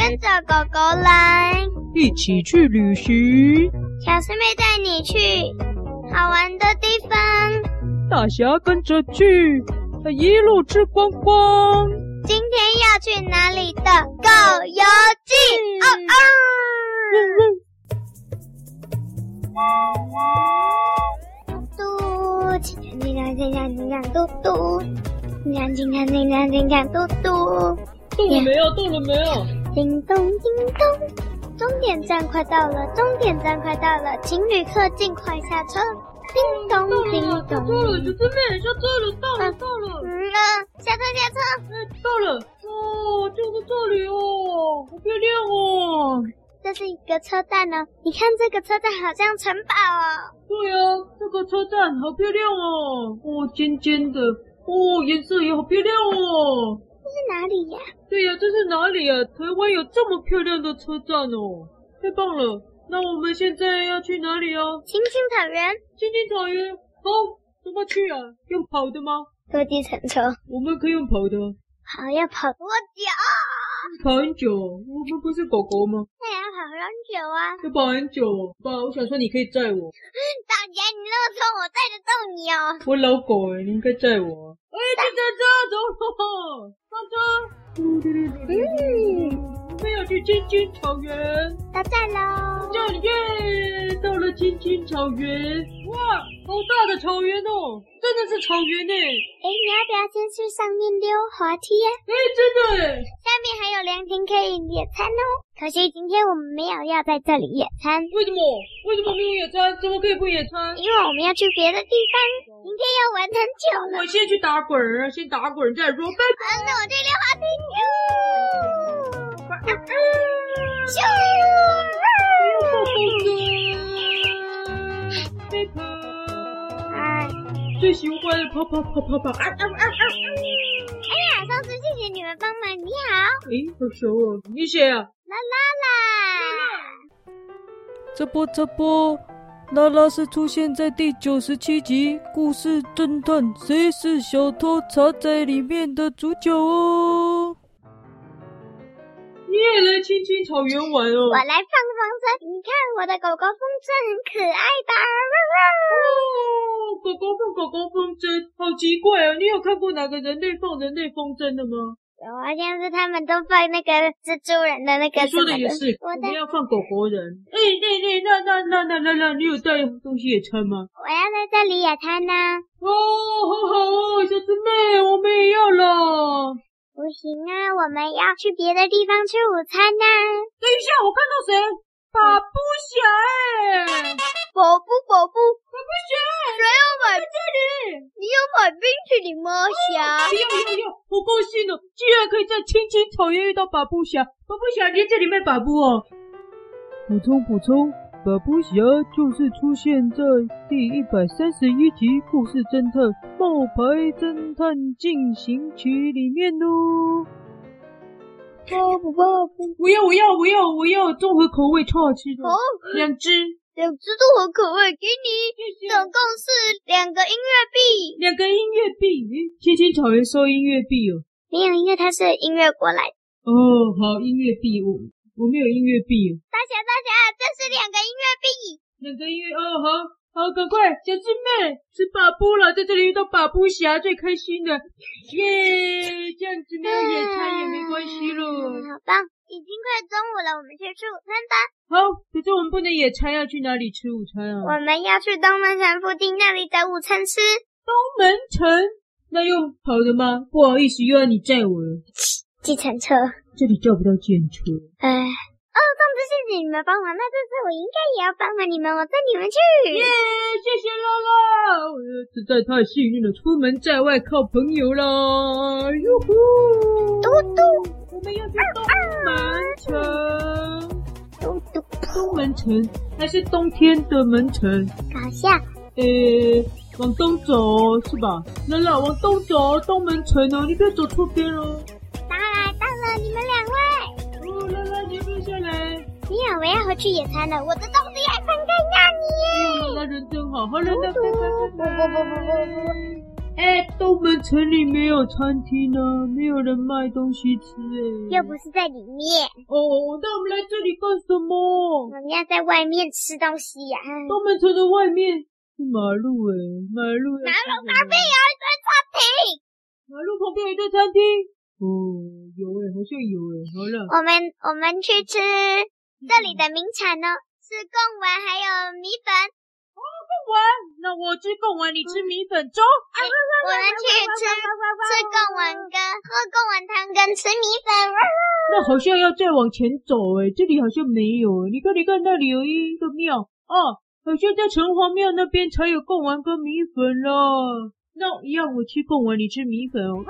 跟着狗狗来， 一起去旅行。 小师妹带你去好玩的地方， 大侠跟着去，一路吃光光。 今天要去哪里的狗游记？嘟，请看嘟嘟，请看嘟嘟。 到了没有？到了没有？ 叮咚叮咚，终点站快到了，请旅客尽快下车。叮咚叮咚， 下车了，小师妹，下车了，到了。 下车。 到了。哦，就是这里哦，好漂亮哦。 这是一个车站呢，你看这个车站好像城堡哦。 对啊，这个车站好漂亮哦，尖尖的，颜色也好漂亮哦。 这是哪里呀？ 对呀，这是哪里呀？台湾有这么漂亮的车站哦，太棒了。那我们现在要去哪里啊？ 青青草原。 好，怎么去啊？用跑的吗？ 坐计程车。 我们可以用跑的。 好，要跑多久？ 跑很久，我们不是狗狗吗？ 那也要跑很久啊。 要跑很久，爸，我想说你可以载我。 大姐，你那么重，我载得动你哦。 我老狗你应该载我。计程车走了，上车。我们要去青青草原。 到站喽！ 耶！到了青青草原，哇，好大的草原哦，真的是草原呢。 你要不要先去上面溜滑梯呀？ 真的耶！ 下面还有凉亭可以野餐哦。可惜今天我们没有要在这里野餐。 为什么没有野餐？怎么可以不野餐？ 因为我们要去别的地方，今天要玩很久了。 我先去打滚儿，先打滚再说。 那我去溜滑梯。咻！最喜欢的跑！哎呀，上次谢谢你们帮忙，你好。 好熟哦，你谁啊？ 啦。 这波，拉拉是出现在第97集故事侦探谁是小偷插在里面的主角哦。你也来青青草原玩哦？ 我来放风筝，你看我的狗狗风筝很可爱吧？ 狗狗风筝，好奇怪哦！你有看过哪个人类放人类风筝的吗？ 有啊，像是他们都放那个蜘蛛人的那个。 你说的也是，我们要放狗狗人。那，你有带东西野餐吗？ 我要在这里野餐呢。 好哦，小师妹，我们也要了。 不行啊，我们要去别的地方吃午餐呢。 等一下，我看到谁？巴布侠巴布侠， 谁要买这里？你有买冰淇淋吗，侠？ 有，好高兴哦！居然可以在青青草原遇到巴布侠。巴布侠，你在这里卖巴布哦。补充，巴布侠就是出现在第131集故事侦探冒牌侦探进行曲里面哦。巴布，我要综合口味，超好吃的。2只综合口味，给你，总共是2个音乐币。 2个音乐币？青青草原收音乐币哦？ 没有，因为它是音乐过来的。 好，音乐币，我没有音乐币。 大侠，这是2个音乐币。 2个音乐，好，赶快，小师妹吃巴布了，在这里遇到巴布侠最开心的，耶！这样子没有野餐也没关系了。 好棒，已经快中午了，我们去吃午餐吧。 好，可是我们不能野餐，要去哪里吃午餐啊？ 我们要去东门城附近那里找午餐吃。 东门城？那用跑的吗？不好意思，又要你载我了。 计程车， 这里叫不到计程车。 上次谢谢你们帮忙，那这次我应该也要帮忙你们，我载你们去。 耶，谢谢拉拉，我实在太幸运了，出门在外靠朋友啦！哟呼， 嘟嘟， 我们要去东门城。东门城还是冬天的门城？ 搞笑。 往东走是吧？拉拉，往东走，东门城哦，你不要走错边哦。 到了，你们2位。 拉拉，你要不要下来？ 没有，我要回去野餐了，我的东西还放在那里耶。 拉拉人真好，好了，那拜拜。 不， 东门城里没有餐厅啊，没有人卖东西吃又不是在里面。 哦，那我们来这里干什么？ 我们要在外面吃东西呀。 东门城的外面是马路马路旁边有一堆餐厅。 马路旁边有一堆餐厅。哦，有好像有好了。 我们去吃这里的名产呢，是贡丸还有米粉。 贡丸，那我吃贡丸，你吃米粉粥。 我们去吃贡丸喝贡丸汤跟吃米粉。 那好像要再往前走这里好像没有你看那里有一个庙好像在城隍庙那边才有贡丸跟米粉了。那一样我吃贡丸，你吃米粉哦。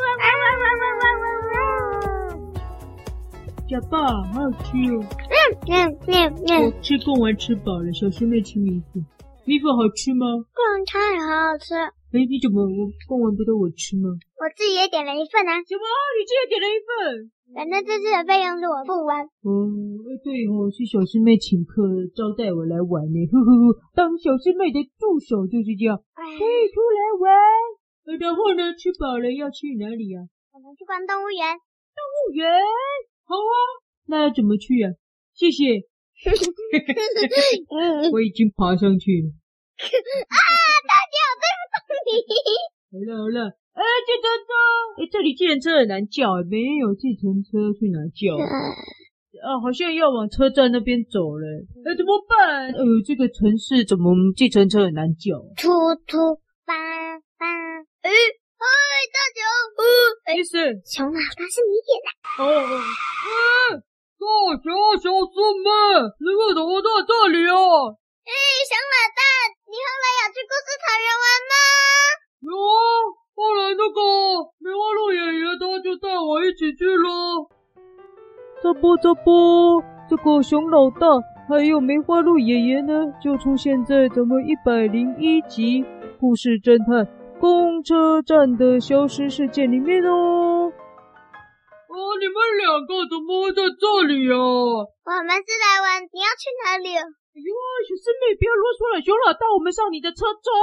假爸，好好吃哦。我吃贡丸吃饱了，小师妹吃米粉。米粉好吃吗？ 贡丸汤也好好吃。 你怎么贡丸不都我吃吗？ 我自己也点了一份啊。 什么？你自己也点了一份？ 反正这次的费用是我付完。 对是小师妹请客招待我来玩呢，当小师妹的助手就是这样。可以出来玩。然后呢，吃饱了要去哪里啊？ 我们去逛动物园。 动物园？好啊，那要怎么去啊？谢谢。我已经爬上去了。 大家我对不动你。 好了，计程车。这里计程车很难叫没有计程车去哪叫？好像要往车站那边走了。怎么办？这个城市怎么计程车很难叫？ 突突叭叭。大熊。 意思？ 熊老大是你点的。 大小师妹，你为什么在这里啊？ 熊老大，你后来有去故事草原玩吗？ 有啊，后来那个梅花鹿爷爷他就带我一起去了。这波，这个熊老大还有梅花鹿爷爷呢，就出现在咱们101集故事侦探公车站的消失事件里面哦。你们两个怎么会在这里啊？ 我们是来玩，你要去哪里？ 小师妹不要啰嗦了，熊老大，我们上你的车走。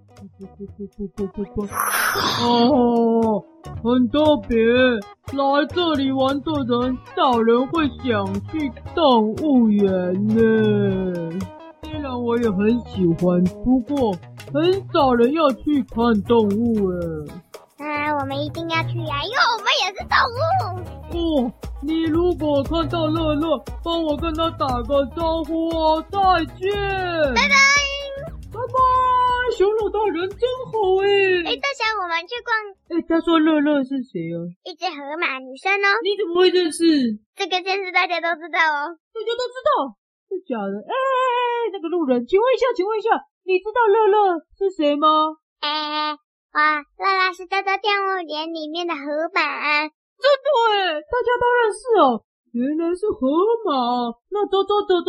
很特别，来这里玩的人少人会想去动物园呢。虽然我也很喜欢，不过很少人要去看动物我们一定要去啊，因为我们也是动物。你如果看到乐乐，帮我跟他打个招呼哦，再见。 拜拜。 熊老大人真好大侠，我们去逛。 他说乐乐是谁啊？ 一只河马女生哦。 你怎么会认识？ 这个件事大家都知道哦。 大家都知道？是假的？那个路人，请问一下，你知道乐乐是谁吗？ 乐乐是这动物园里面的河马。 真的大家都认识哦。原来是河马。那走。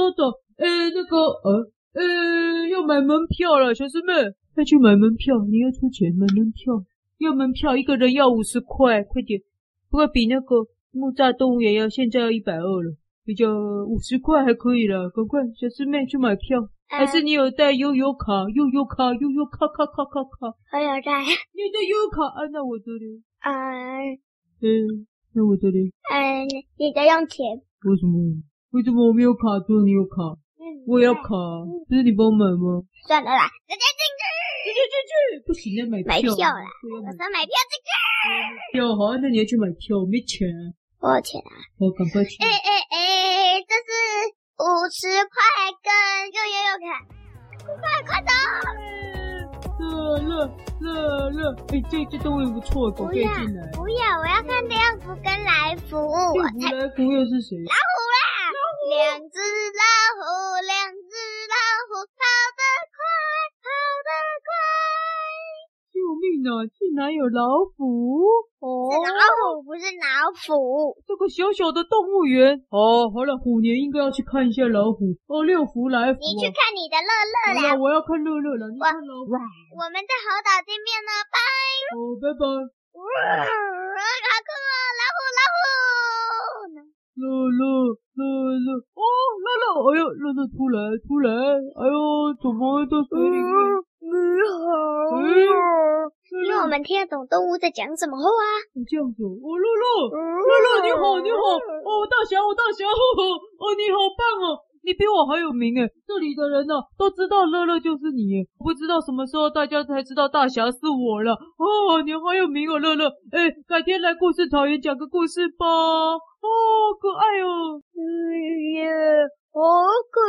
要买门票了，小师妹，要去买门票，你要出钱买门票。要门票，一个人要50块，快点。不过比那个木栅动物园现在要120了，比较50块还可以了，赶快，小师妹去买票。还是你有带悠悠卡？悠悠卡。 我有带。 你有带悠悠卡那我的嘞？那我的嘞？ 你的用钱。 为什么我没有卡住，你有卡？我也要卡，不是你帮我买吗？ 算了啦，直接进去！不行，要买票啦！我说买票进去。 好，那你要去买票，没钱。 我有钱啊！ 赶快去。 这是50块跟悠卡快走！ 乐，这动物不错，可以进来。 不要，我要看亮福跟来福。 来福又是谁？ 老虎啦！两只老虎，跑得快。 救命啊！竟然有老虎！ 是老虎，不是老虎。 这个小小的动物园。好了，虎年应该要去看一下老虎。六福来福。 你去看你的乐乐啦。 我要看乐乐了。你看老虎。 我们在猴岛见面了，拜。 拜拜。 好酷哦，老虎。 乐乐出来！怎么会在水里面？ 你好。因为我们们听得懂动物在讲什么话啊。 这样子哦，乐乐你好，哦，大侠，你好棒哦，你比我还有名诶，这里的人呢都知道乐乐就是你耶，不知道什么时候大家才知道大侠是我了。哦，你好有名哦，乐乐，改天来故事草原讲个故事吧。哦，可爱哦。 好可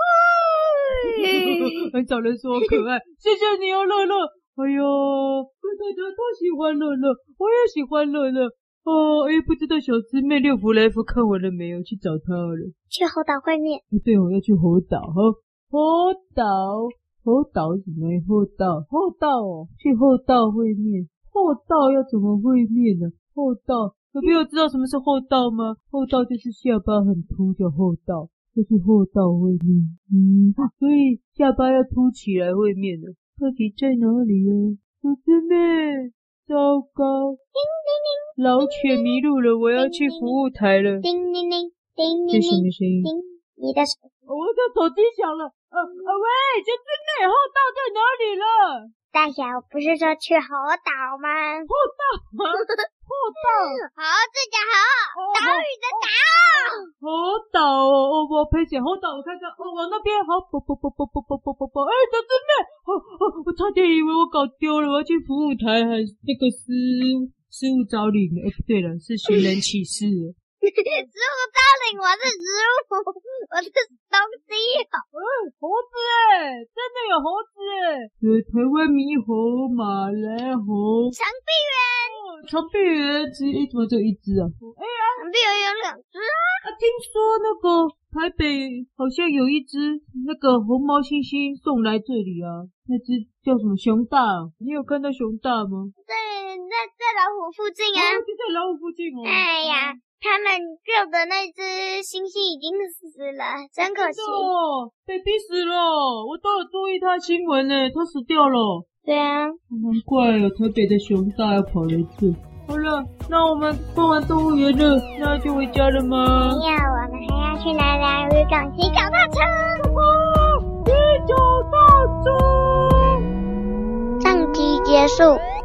爱。 很少人说可爱，谢谢你哦，乐乐。哎呦，大家都喜欢乐乐，我也喜欢乐乐。不知道小师妹六福来福看完了没有？去找她了。 去猴岛会面。 对，我要去猴岛哈。猴岛什么？猴岛哦，去猴岛会面。猴岛要怎么会面呢？猴岛，有朋友知道什么是猴岛吗？猴岛就是下巴很凸叫猴岛，就是猴岛会面。所以下巴要凸起来会面的。到底在哪里哦？小师妹，糟糕！叮叮叮，老犬迷路了，我要去服务台了。 叮叮叮，叮叮叮， 这什么声音？ 你的手。 我的手机响了。喂，小师妹，猴岛在哪里了？ 大侠，我不是说去猴岛吗？ 猴岛？ 猴子的猴，岛屿的岛。 猴岛哦，我陪写猴岛，我看看往那边好，小师妹，我差点以为我搞丢了，我要去服务台还是那个失物招领了。不对了，是寻人启事了。 食物招领，我是食物，我是东西。 猴子真的有猴子台湾猕猴、马来猴、 长臂猿。 长臂猿怎么只有一只啊？ 长臂猿有2只啊。 听说那个台北好像有一只那个红毛猩猩送来这里啊，那只叫什么熊大？你有看到熊大吗？ 在老虎附近啊。 就在老虎附近哦。 哎呀，他们救的那只猩猩已经死了，真可惜。 被逼死了，我都有注意他新闻呢，他死掉了。 对啊， 难怪哦，台北的熊大要跑来这。好了，那我们逛完动物园了，那就回家了吗？ 没有，我们还要去南寮渔港骑脚踏车。 骑脚踏车。 上集结束。